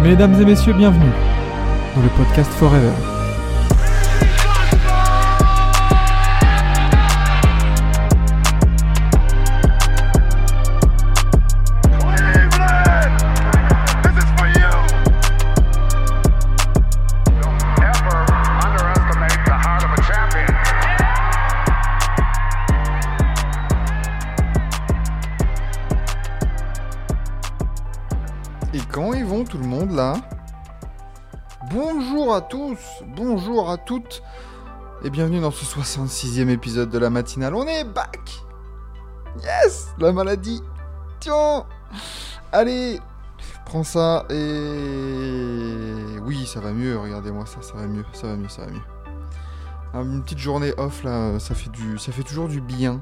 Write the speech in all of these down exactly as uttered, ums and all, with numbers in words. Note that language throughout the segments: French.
Mesdames et messieurs, bienvenue dans le podcast Forever. Et comment ils vont tout le monde là? Bonjour à tous, bonjour à toutes, et bienvenue dans ce soixante-sixième épisode de la matinale. On est back. Yes, la maladie. Tiens, allez, prends ça et... Oui, ça va mieux, regardez-moi ça, ça va mieux, ça va mieux, ça va mieux. Une petite journée off là, ça fait, du... ça fait toujours du bien.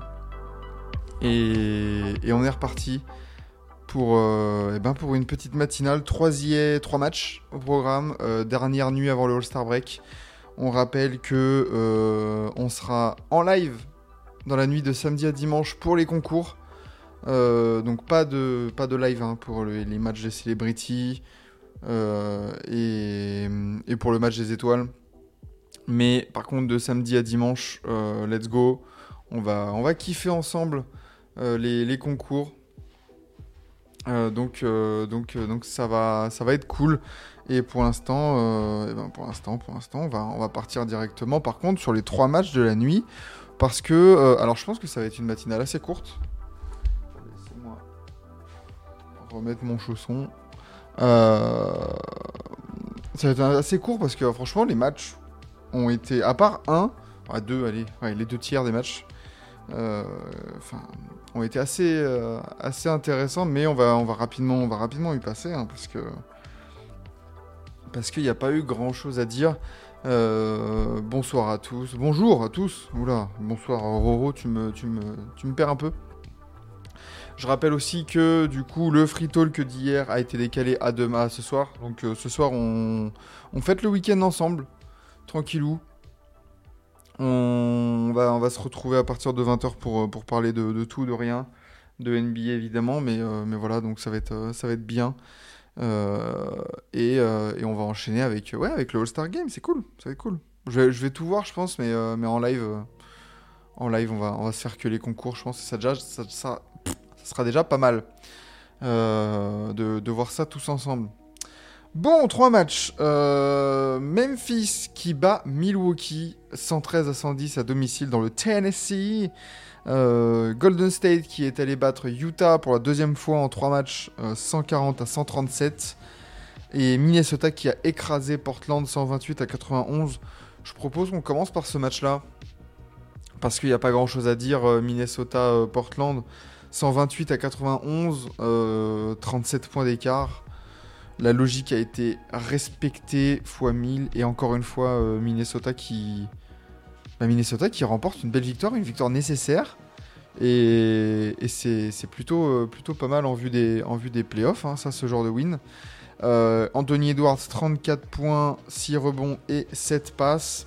Et, et on est reparti. Pour, euh, eh ben pour une petite matinale, troisième, trois matchs au programme, euh, dernière nuit avant le All-Star Break. On rappelle que euh, on sera en live dans la nuit de samedi à dimanche pour les concours. Euh, donc pas de, pas de live hein, pour le, les matchs des Celebrity euh, et, et pour le match des étoiles. Mais par contre de samedi à dimanche, euh, let's go. On va, on va kiffer ensemble euh, les, les concours. Euh, donc, euh, donc, euh, donc ça va, ça va être cool. Et pour l'instant, euh, et ben pour l'instant, pour l'instant, on va, on va partir directement. Par contre, sur les trois matchs de la nuit, parce que, euh, alors, je pense que ça va être une matinale assez courte. Laissez-moi remettre mon chausson. Euh, ça va être assez court parce que, franchement, les matchs ont été, à part un, à deux, allez, ouais, les deux tiers des matchs. Euh, enfin, ont été assez, euh, assez intéressants, mais on va, on va rapidement, on va rapidement y passer, hein, parce que parce qu'il n'y a pas eu grand chose à dire. Euh, bonsoir à tous, bonjour à tous. Oula, bonsoir Roro, tu me, tu me, tu me perds un peu. Je rappelle aussi que du coup le free talk d'hier a été décalé à demain, à ce soir. Donc euh, ce soir on, on fête le week-end ensemble, tranquillou. On va, on va se retrouver à partir de vingt heures pour, pour parler de, de tout, de rien, de N B A évidemment, mais, euh, mais voilà, donc ça va être, ça va être bien. Euh, et, euh, et on va enchaîner avec, ouais, avec le All-Star Game, c'est cool, ça va être cool. Je vais, je vais tout voir, je pense, mais, euh, mais en live, euh, en live on, va, on va se faire que les concours, je pense, et ça, déjà, ça, ça, ça sera déjà pas mal euh, de, de voir ça tous ensemble. Bon, trois matchs. Euh, Memphis qui bat Milwaukee cent treize à cent dix à domicile dans le Tennessee. Euh, Golden State qui est allé battre Utah pour la deuxième fois en trois matchs, euh, cent quarante à cent trente-sept. Et Minnesota qui a écrasé Portland cent vingt-huit à quatre-vingt-onze. Je propose qu'on commence par ce match-là. Parce qu'il n'y a pas grand-chose à dire. Euh, Minnesota-Portland, euh, cent vingt-huit à quatre-vingt-onze, euh, trente-sept points d'écart. La logique a été respectée fois mille et encore une fois euh, Minnesota qui bah, Minnesota qui remporte une belle victoire, une victoire nécessaire et, et c'est, c'est plutôt, euh, plutôt pas mal en vue des, en vue des playoffs, hein, ça ce genre de win. Euh, Anthony Edwards trente-quatre points, six rebonds et sept passes.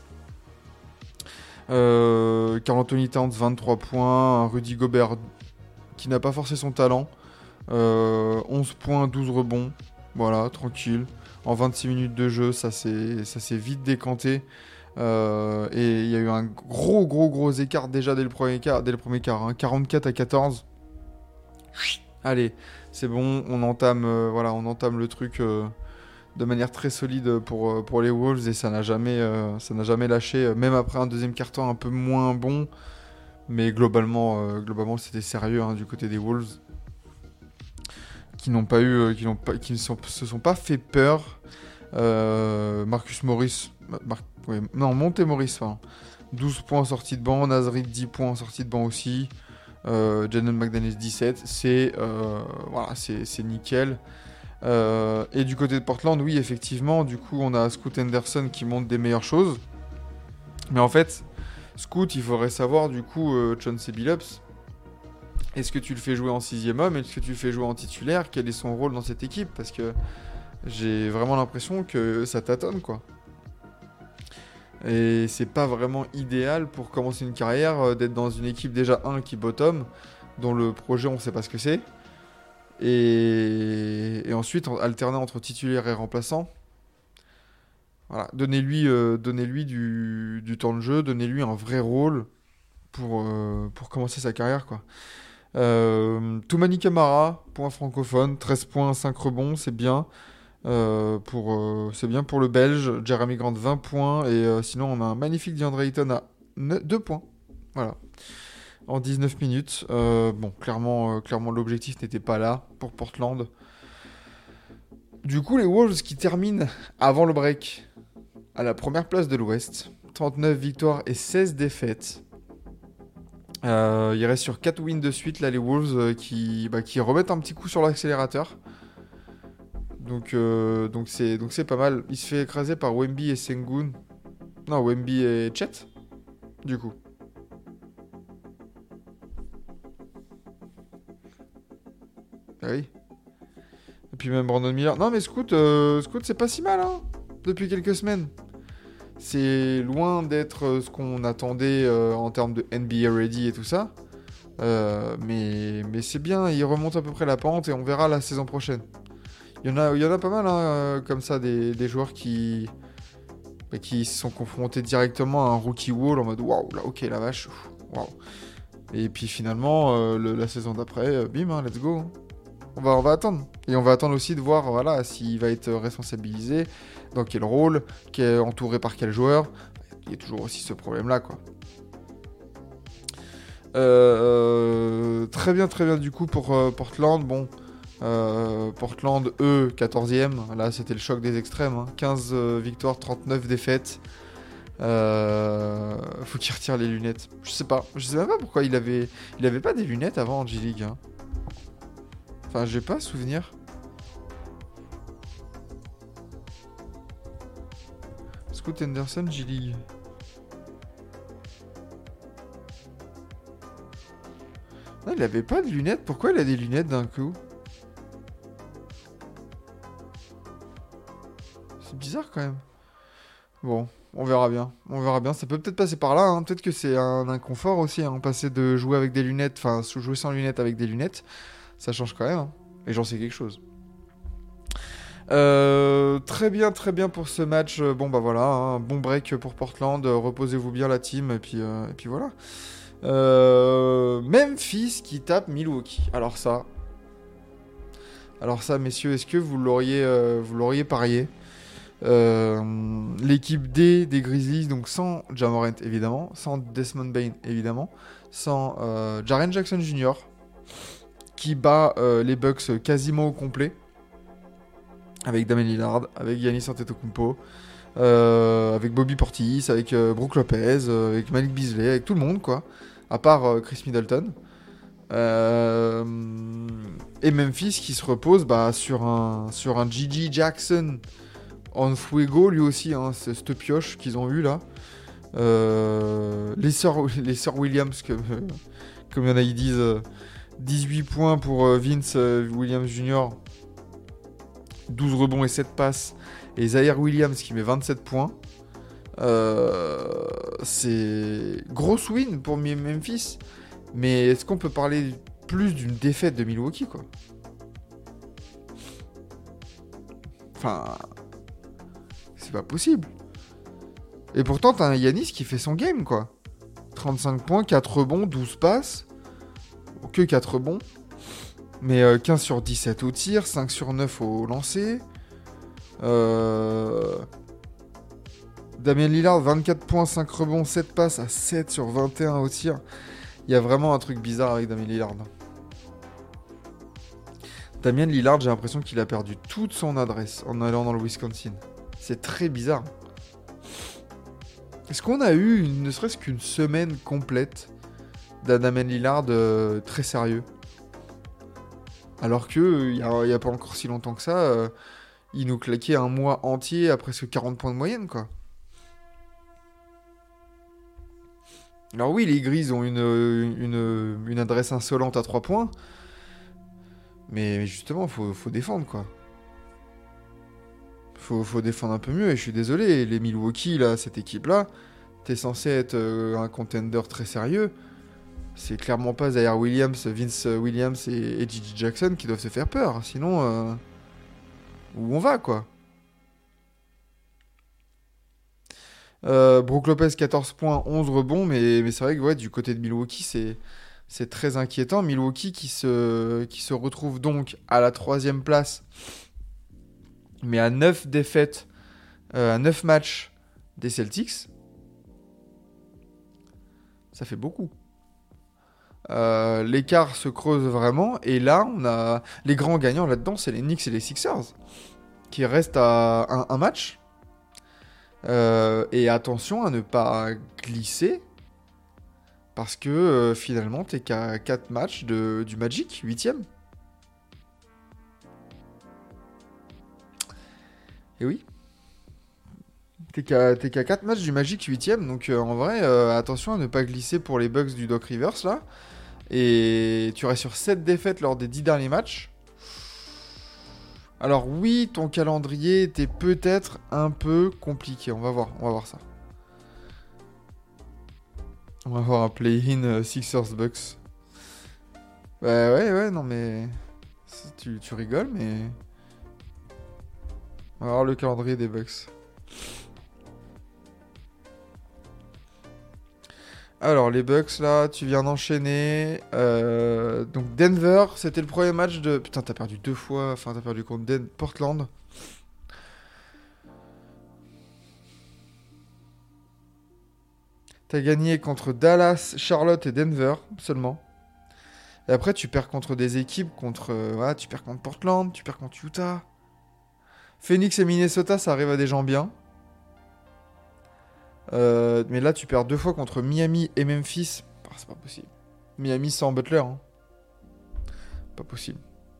Euh, Karl Anthony Towns vingt-trois points, Rudy Gobert qui n'a pas forcé son talent, euh, onze points, douze rebonds. Voilà, tranquille. En vingt-six minutes de jeu, ça s'est, ça s'est vite décanté. Euh, et il y a eu un gros, gros, gros écart déjà dès le premier quart. Dès le premier quart hein, quarante-quatre à quatorze. Allez, c'est bon. On entame, euh, voilà, on entame le truc euh, de manière très solide pour, euh, pour les Wolves. Et ça n'a jamais, euh, ça n'a jamais lâché. Même après un deuxième quart-temps un peu moins bon. Mais globalement, euh, globalement c'était sérieux hein, du côté des Wolves. Qui n'ont pas eu, qui n'ont pas, qui ne sont, se sont pas fait peur. Euh, Marcus Morris, Mar- ouais, non Monte Morris, enfin, douze points en sortie de banc, Nasri dix points en sortie de banc aussi, euh, Jalen McDaniels dix-sept, c'est euh, voilà, c'est, c'est nickel. Euh, et du côté de Portland, oui effectivement, du coup on a Scoot Henderson qui montre des meilleures choses. Mais en fait, Scoot, il faudrait savoir du coup euh, Chauncey Billups. Est-ce que tu le fais jouer en sixième homme? Est-ce que tu le fais jouer en titulaire? Quel est son rôle dans cette équipe? Parce que j'ai vraiment l'impression que ça tâtonne, quoi. Et c'est pas vraiment idéal pour commencer une carrière euh, d'être dans une équipe déjà un qui bottom, dont le projet on sait pas ce que c'est. Et, et ensuite alterner entre titulaire et remplaçant. Voilà, donnez-lui, euh, donnez-lui du, du temps de jeu, donnez-lui un vrai rôle pour, euh, pour commencer sa carrière, quoi. Euh, Toumani Camara, point francophone, treize points, cinq rebonds, c'est bien. Euh, pour, euh, c'est bien pour le Belge. Jeremy Grant, vingt points. Et euh, sinon, on a un magnifique DeAndre Ayton à deux points. Voilà. En dix-neuf minutes. Euh, bon, clairement, euh, clairement l'objectif n'était pas là pour Portland. Du coup, les Wolves qui terminent avant le break à la première place de l'Ouest. trente-neuf victoires et seize défaites. Euh, il reste sur quatre wins de suite, là, les Wolves euh, qui, bah, qui remettent un petit coup sur l'accélérateur. Donc, euh, donc, c'est, donc c'est pas mal. Il se fait écraser par Wemby et Sengun. Non, Wemby et Chet, du coup. Ah oui. Et puis même Brandon Miller. Non, mais Scoot, euh, Scoot c'est pas si mal, hein, depuis quelques semaines. C'est loin d'être euh, ce qu'on attendait euh, en termes de N B A ready et tout ça. Euh, mais, mais c'est bien, il remonte à peu près la pente et on verra la saison prochaine. Il y en a, il y en a pas mal, hein, euh, comme ça, des, des joueurs qui, bah, qui se sont confrontés directement à un rookie wall en mode waouh, là, ok, la vache, waouh. Et puis finalement, euh, le, la saison d'après, euh, bim, hein, let's go. On va, on va attendre. Et on va attendre aussi de voir voilà, s'il va être responsabilisé, dans quel rôle, qui est entouré par quel joueur. Il y a toujours aussi ce problème-là, quoi. Euh, très bien, très bien, du coup, pour euh, Portland. Bon, euh, Portland, eux, quatorzième. Là, c'était le choc des extrêmes. Hein. quinze euh, victoires, trente-neuf défaites. Euh, faut qu'il retire les lunettes. Je sais pas. Je sais même pas pourquoi il avait, il avait pas des lunettes avant en G-League. Hein. Enfin, j'ai pas souvenir. Scoot Henderson, G-League. Non, il avait pas de lunettes. Pourquoi il a des lunettes d'un coup? C'est bizarre quand même. Bon, on verra bien. On verra bien. Ça peut peut-être passer par là. Hein. Peut-être que c'est un inconfort aussi. Hein. Passer de jouer avec des lunettes, enfin, jouer sans lunettes avec des lunettes, ça change quand même. Hein. Et j'en sais quelque chose. Euh, très bien, très bien pour ce match. Bon, bah voilà, hein, un bon break pour Portland. Reposez-vous bien la team. Et puis, euh, et puis voilà. Euh, Memphis qui tape Milwaukee. Alors ça. Alors ça, messieurs, est-ce que vous l'auriez, euh, vous l'auriez parié? Euh, L'équipe D des Grizzlies, donc sans Ja Morant évidemment, sans Desmond Bane évidemment, sans euh, Jaren Jackson Junior qui bat euh, les Bucks quasiment au complet avec Damian Lillard, avec Giannis Antetokounmpo, euh, avec Bobby Portis, avec euh, Brook Lopez, euh, avec Malik Beasley, avec tout le monde quoi, à part euh, Chris Middleton. Euh, et Memphis qui se repose bah, sur un sur un G G Jackson en Fuego lui aussi, hein, c'est cette pioche qu'ils ont eu là. Euh, les sœurs les sœurs Williams comme euh, comme il y en a ils disent euh, dix-huit points pour euh, Vince euh, Williams Junior, douze rebonds et sept passes, et Zaire Williams qui met vingt-sept points. Euh, c'est grosse win pour Memphis, mais est-ce qu'on peut parler plus d'une défaite de Milwaukee quoi? Enfin, c'est pas possible. Et pourtant, t'as un Giannis qui fait son game, quoi. trente-cinq points, quatre rebonds, douze passes. Que quatre rebonds. Mais euh, quinze sur dix-sept au tir, cinq sur neuf au lancer. Euh... Damian Lillard, vingt-quatre points, cinq rebonds, sept passes à sept sur vingt et un au tir. Il y a vraiment un truc bizarre avec Damian Lillard. Damian Lillard, j'ai l'impression qu'il a perdu toute son adresse en allant dans le Wisconsin. C'est très bizarre. Est-ce qu'on a eu une, ne serait-ce qu'une semaine complète d'un Damian Lillard euh, très sérieux? Alors que il n'y a, a pas encore si longtemps que ça, euh, il nous claquait un mois entier à presque quarante points de moyenne, quoi. Alors oui, les Grises ont une, une, une adresse insolente à trois points. Mais justement, faut, faut défendre, quoi. Faut, faut défendre un peu mieux, et je suis désolé, les Milwaukee, là, cette équipe-là, t'es censé être euh, un contender très sérieux. C'est clairement pas Zaire Williams, Vince Williams et, et Gigi Jackson qui doivent se faire peur. Sinon, euh, où on va, quoi. Euh, Brook Lopez, quatorze points, onze rebonds, mais, mais c'est vrai que ouais, du côté de Milwaukee, c'est, c'est très inquiétant. Milwaukee qui se, qui se retrouve donc à la troisième place, mais à neuf défaites, euh, à neuf matchs des Celtics. Ça fait beaucoup. Euh, l'écart se creuse vraiment, et là, on a les grands gagnants là-dedans, c'est les Knicks et les Sixers, qui restent à un, un match. Euh, et attention à ne pas glisser, parce que euh, finalement, t'es qu'à quatre matchs de, du Magic, huitième. Et oui. T'es qu'à, t'es qu'à quatre matchs du Magic, huitième, donc euh, en vrai, euh, attention à ne pas glisser pour les Bucks du Doc Rivers, là. Et tu restes sur sept défaites lors des dix derniers matchs. Alors oui, ton calendrier était peut-être un peu compliqué. On va voir, on va voir ça. On va voir un play-in euh, Sixers-Bucks. Bah ouais, ouais, non mais... Tu, tu rigoles, mais... On va voir le calendrier des Bucks. Alors, les Bucks, là, tu viens d'enchaîner. Euh, donc, Denver, c'était le premier match de... Putain, t'as perdu deux fois. Enfin, t'as perdu contre Den- Portland. T'as gagné contre Dallas, Charlotte et Denver, seulement. Et après, tu perds contre des équipes, contre... Euh, voilà, tu perds contre Portland, tu perds contre Utah. Phoenix et Minnesota, ça arrive à des gens bien. Euh, mais là, tu perds deux fois contre Miami et Memphis. Ah, c'est pas possible. Miami sans Butler. Hein. Pas possible.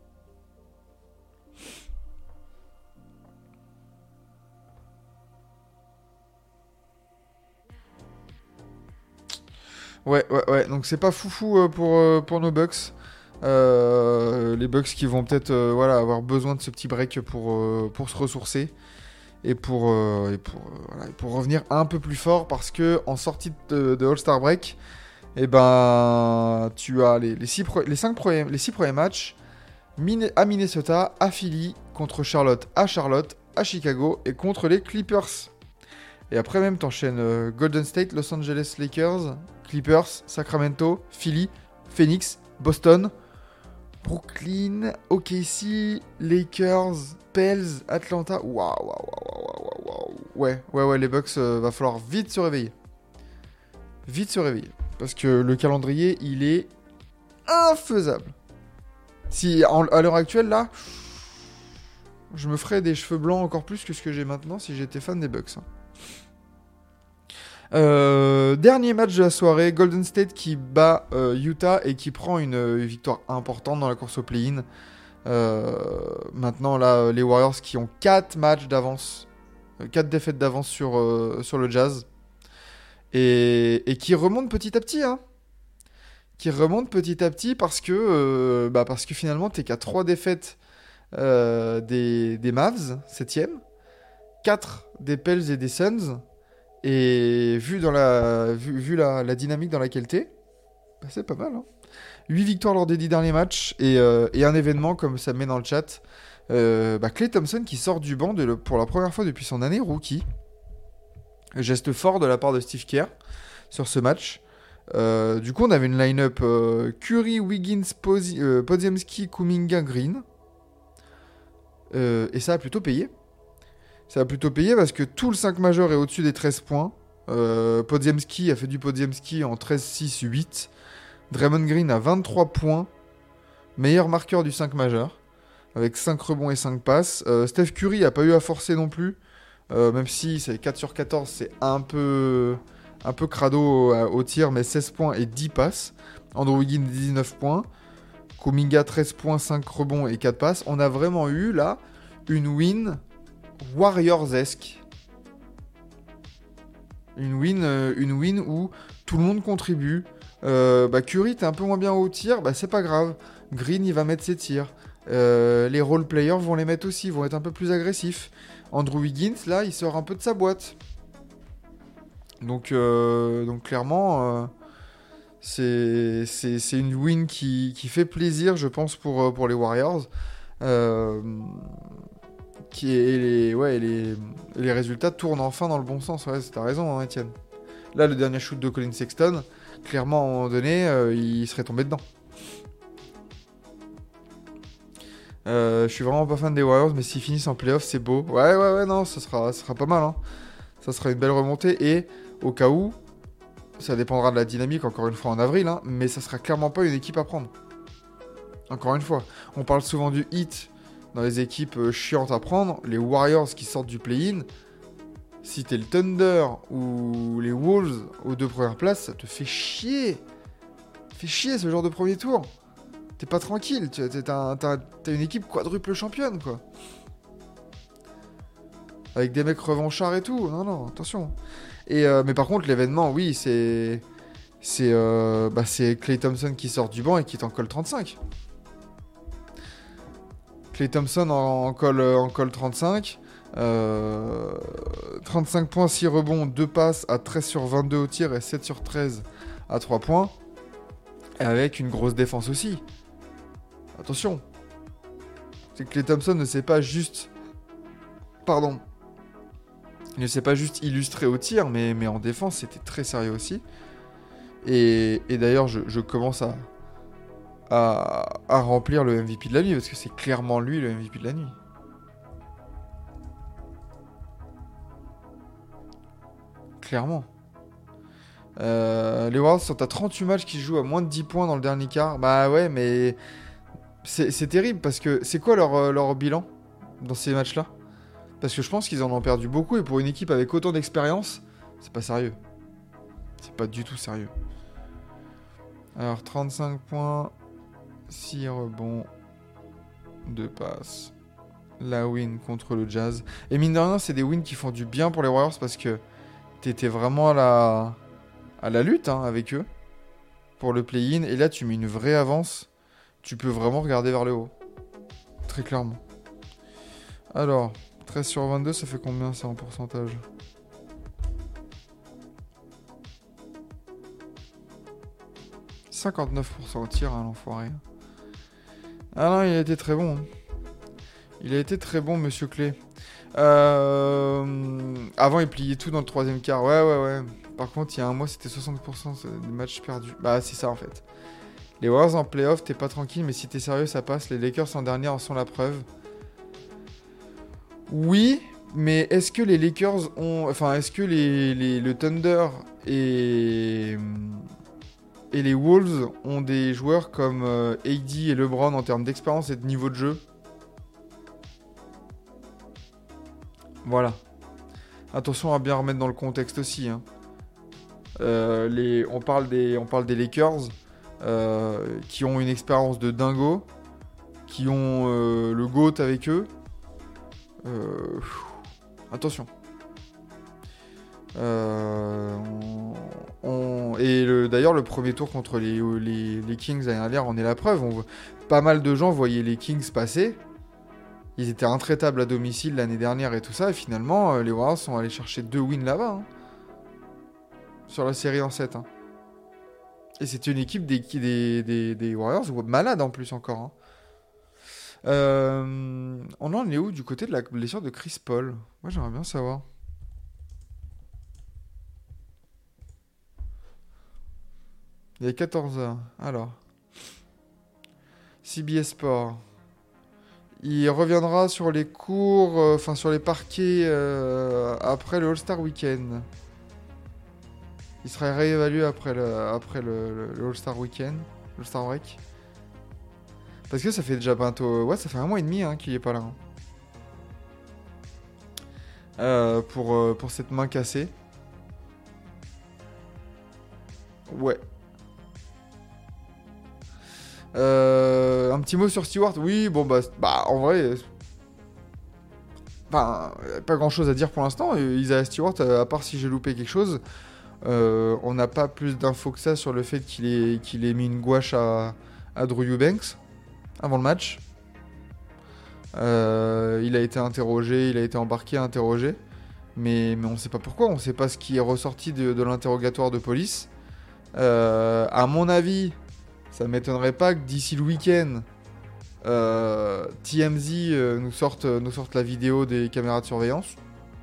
Ouais, ouais, ouais. Donc c'est pas foufou euh, pour, euh, pour nos Bucks. Euh, les Bucks qui vont peut-être euh, voilà, avoir besoin de ce petit break pour, euh, pour se ressourcer. Et pour, euh, et pour, euh, voilà, pour revenir un peu plus fort. Parce que en sortie de, de All-Star Break, eh ben, tu as les, les, six, les, cinq premiers, les six premiers matchs à Minnesota, à Philly, contre Charlotte, à Charlotte, à Chicago et contre les Clippers. Et après même, t'enchaînes euh, Golden State, Los Angeles Lakers, Clippers, Sacramento, Philly, Phoenix, Boston, Brooklyn, O K C, Lakers, Pels, Atlanta. Waouh, waouh, waouh, waouh, waouh. Ouais, ouais, ouais, les Bucks, euh, va falloir vite se réveiller. Vite se réveiller. Parce que le calendrier, il est infaisable. Si, en, à l'heure actuelle, là, je me ferais des cheveux blancs encore plus que ce que j'ai maintenant si j'étais fan des Bucks. Hein. Euh, dernier match de la soirée, Golden State qui bat euh, Utah et qui prend une, une victoire importante dans la course au play-in. Euh, maintenant, là, les Warriors qui ont quatre matchs d'avance, quatre défaites d'avance sur, euh, sur le Jazz. Et, et qui remontent petit à petit, hein. Qui remontent petit à petit parce que, euh, bah parce que finalement, t'es qu'à trois défaites euh, des, des Mavs, septième, quatre des Pels et des Suns. Et vu, dans la, vu, vu la, la dynamique dans laquelle t'es, bah c'est pas mal. Hein. huit victoires lors des dix derniers matchs et, euh, et un événement, comme ça met dans le chat. Euh, bah Klay Thompson qui sort du banc de, pour la première fois depuis son année rookie. Geste fort de la part de Steve Kerr sur ce match. Euh, du coup, on avait une line-up euh, Curry, Wiggins, Pozi- euh, Podziemski, Kuminga, Green. Euh, et ça a plutôt payé. Ça a plutôt payé parce que tout le cinq majeur est au-dessus des treize points. Euh, Podziemski a fait du Podziemski en treize six huit. Draymond Green a vingt-trois points. Meilleur marqueur du cinq majeur. Avec cinq rebonds et cinq passes. Euh, Steph Curry n'a pas eu à forcer non plus. Euh, même si c'est quatre sur quatorze, c'est un peu, un peu crado au, au tir, mais seize points et dix passes. Andrew Wiggins, dix-neuf points. Kuminga, treize points, cinq rebonds et quatre passes. On a vraiment eu, là, une win Warriors-esque. Une win, euh, une win où tout le monde contribue. Euh, bah Curry, t'es un peu moins bien au tir, bah c'est pas grave. Green, il va mettre ses tirs. Euh, les role players vont les mettre aussi, vont être un peu plus agressifs. Andrew Wiggins, là, il sort un peu de sa boîte. Donc, euh, donc clairement, euh, c'est, c'est, c'est une win qui, qui fait plaisir, je pense, pour, pour les Warriors. Euh, qui est, et les, ouais, et les, et les résultats tournent enfin dans le bon sens. Ouais, t'as raison, hein, Étienne. Là, le dernier shoot de Colin Sexton, clairement, à un moment donné, euh, il serait tombé dedans. Euh, je suis vraiment pas fan des Warriors, mais s'ils finissent en playoff, c'est beau. Ouais, ouais, ouais, non, ça sera, ça sera pas mal. Hein. Ça sera une belle remontée. Et au cas où, ça dépendra de la dynamique, encore une fois, en avril, hein, mais ça sera clairement pas une équipe à prendre. Encore une fois, on parle souvent du Heat dans les équipes euh, chiantes à prendre. Les Warriors qui sortent du play-in, si t'es le Thunder ou les Wolves aux deux premières places, ça te fait chier. Ça te fait chier ce genre de premier tour. T'es pas tranquille, t'as, t'as, t'as, t'as une équipe quadruple championne, quoi. Avec des mecs revanchards et tout. Non, non, attention. Et, euh, mais par contre, l'événement, oui, c'est... C'est, euh, bah, c'est Klay Thompson qui sort du banc et qui est en col trente-cinq. Klay Thompson en, en, col, en col trente-cinq. Euh, trente-cinq points, six rebonds, deux passes à treize sur vingt-deux au tir et sept sur treize à trois points. Et avec une grosse défense aussi. Attention. C'est que Klay Thompson ne sait pas juste... Pardon. Il ne s'est pas juste illustré au tir, mais, mais en défense, c'était très sérieux aussi. Et, et d'ailleurs, je, je commence à, à, à remplir le M V P de la nuit, parce que c'est clairement lui le M V P de la nuit. Clairement. Euh, les Warriors sont à trente-huit matchs qui se jouent à moins de dix points dans le dernier quart. Bah ouais, mais c'est, c'est terrible, parce que c'est quoi leur, leur bilan dans ces matchs-là ? Parce que je pense qu'ils en ont perdu beaucoup, et pour une équipe avec autant d'expérience, c'est pas sérieux. C'est pas du tout sérieux. Alors, trente-cinq points, six rebonds, deux passes. La win contre le Jazz. Et mine de rien, c'est des wins qui font du bien pour les Warriors parce que t'étais vraiment à la, à la lutte hein, avec eux pour le play-in. Et là, tu mets une vraie avance. Tu peux vraiment regarder vers le haut. Très clairement. Alors, treize sur vingt-deux, ça fait combien ça en pourcentage ? cinquante-neuf pour cent au tir, hein, l'enfoiré. Ah non, il a été très bon. Hein. Il a été très bon, monsieur Klay. Euh... Avant, il pliait tout dans le troisième quart. Ouais, ouais, ouais. Par contre, il y a un mois, c'était soixante pour cent des matchs perdus. Bah, c'est ça, en fait. Les Warriors en playoff, t'es pas tranquille, mais si t'es sérieux, ça passe. Les Lakers en dernière en sont la preuve. Oui, mais est-ce que les Lakers ont... Enfin, est-ce que les, les, le Thunder et... Et les Wolves ont des joueurs comme euh, A D et LeBron en termes d'expérience et de niveau de jeu. Voilà. Attention à bien remettre dans le contexte aussi. Hein. Euh, les, on, parle des, on parle des Lakers euh, qui ont une expérience de dingo, qui ont euh, le GOAT avec eux. Euh, attention. Euh, on, on, et le, d'ailleurs, le premier tour contre les, les, les Kings l'année dernière en est la preuve. On, pas mal de gens voyaient les Kings passer. Ils étaient intraitables à domicile l'année dernière et tout ça. Et finalement, les Warriors sont allés chercher deux wins là-bas. Hein, sur la série en sept. Hein. Et c'était une équipe des, des, des, des Warriors malade en plus encore. Hein. Euh, on en est où du côté de la blessure de Chris Paul ? Moi, j'aimerais bien savoir. Il est quatorze heures. Alors. C B S Sport. Il reviendra sur les cours, enfin euh, sur les parquets euh, après le All-Star Weekend. Il sera réévalué après le, après le, le All-Star Weekend, l'All-Star Break. Parce que ça fait déjà bientôt... Ouais, ça fait un mois et demi hein, qu'il est pas là. Hein. Euh, pour, euh, pour cette main cassée. Ouais. Euh, un petit mot sur Stewart. Oui, bon, bah, bah en vrai... Enfin, pas grand-chose à dire pour l'instant. Isaiah Stewart, à part si j'ai loupé quelque chose... Euh, on n'a pas plus d'infos que ça sur le fait qu'il ait, qu'il ait mis une gouache à, à Drew Eubanks avant le match. Euh, il a été interrogé, il a été embarqué, interrogé. Mais, mais on ne sait pas pourquoi, on ne sait pas ce qui est ressorti de, de l'interrogatoire de police. Euh, à mon avis, ça ne m'étonnerait pas que d'ici le week-end, euh, T M Z euh, nous, sortent, nous sortent la vidéo des caméras de surveillance.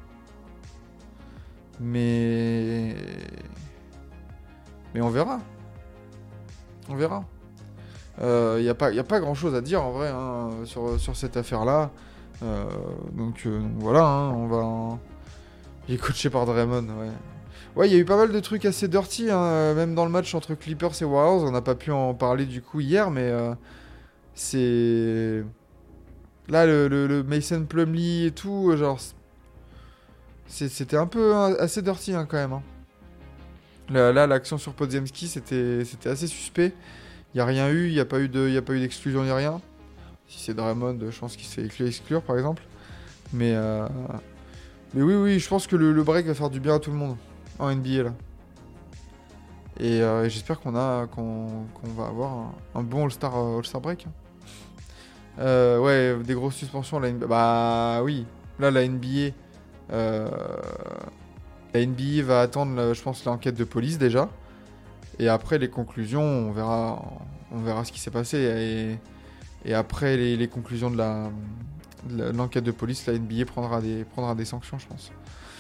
Mais... Mais on verra. On verra. Il euh, n'y a, a pas grand chose à dire en vrai hein, sur, sur cette affaire-là. Euh, donc, euh, donc voilà, hein, on va... En... Il est coaché par Draymond, ouais. Ouais, il y a eu pas mal de trucs assez dirty, hein, même dans le match entre Clippers et Warriors. On n'a pas pu en parler du coup hier, mais euh, c'est... Là, le, le, le Mason Plumlee et tout, genre... C'est, c'était un peu hein, assez dirty hein, quand même. Hein. Là, là, l'action sur Podziemski, c'était, c'était assez suspect. Il n'y a rien eu, il n'y a pas eu de, il y a pas eu d'exclusion, ni rien. Si c'est Draymond, je pense qu'il se fait exclure, par exemple. Mais, euh... mais oui, oui, je pense que le, le break va faire du bien à tout le monde en N B A, là. Et euh, j'espère qu'on, a, qu'on, qu'on va avoir un, un bon All-Star, euh, All-Star break. Euh, ouais, des grosses suspensions, la N B A. Bah oui, là, la N B A... Euh, la N B A va attendre, je pense, l'enquête de police déjà. Et après les conclusions, on verra, on verra ce qui s'est passé. Et, et après les, les conclusions de, la, de l'enquête de police, la N B A prendra des, prendra des sanctions, je pense.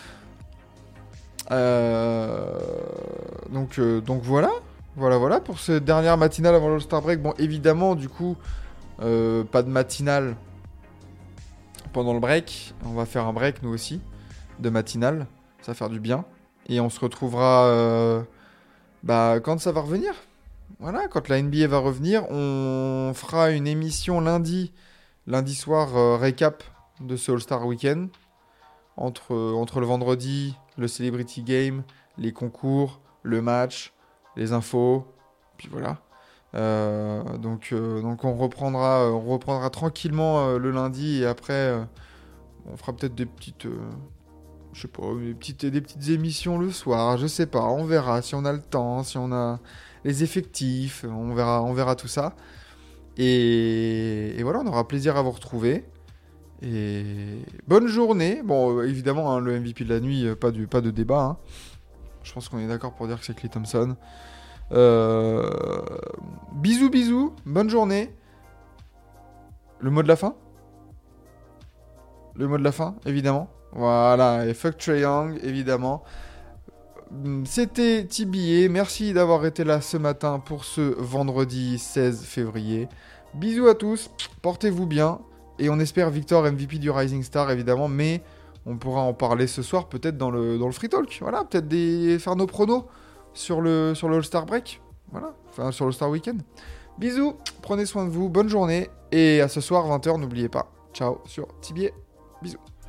Euh, donc, euh, donc voilà, voilà, voilà pour cette dernière matinale avant l'All-Star Break. Bon, évidemment, du coup, euh, pas de matinale pendant le break. On va faire un break nous aussi de matinale, ça va faire du bien. Et on se retrouvera. Euh, Bah, quand ça va revenir, voilà, quand la N B A va revenir, on fera une émission lundi, lundi soir, euh, récap de ce All-Star Weekend. Entre, euh, entre le vendredi, le Celebrity Game, les concours, le match, les infos, puis voilà. Euh, donc, euh, donc on reprendra, on reprendra tranquillement euh, le lundi et après, euh, on fera peut-être des petites... Euh, je sais pas, des petites, des petites émissions le soir, je sais pas, on verra si on a le temps, si on a les effectifs, on verra, on verra tout ça. Et, et voilà, on aura plaisir à vous retrouver. Et bonne journée. Bon, euh, évidemment, hein, le M V P de la nuit, euh, pas, du, pas de débat. Hein. Je pense qu'on est d'accord pour dire que c'est Klay Thompson. Euh... Bisous, bisous, bonne journée. Le mot de la fin ? Le mot de la fin, évidemment. Voilà, et fuck Trae Young, évidemment. C'était T B A, merci d'avoir été là ce matin pour ce vendredi seize février. Bisous à tous, portez-vous bien, et on espère Victor M V P du Rising Star, évidemment, mais on pourra en parler ce soir, peut-être dans le, dans le Free Talk, voilà, peut-être des, faire nos pronos sur le, sur le All-Star Break, voilà, enfin sur le Star Weekend. Bisous, prenez soin de vous, bonne journée, et à ce soir, vingt heures, n'oubliez pas. Ciao sur T B A, bisous.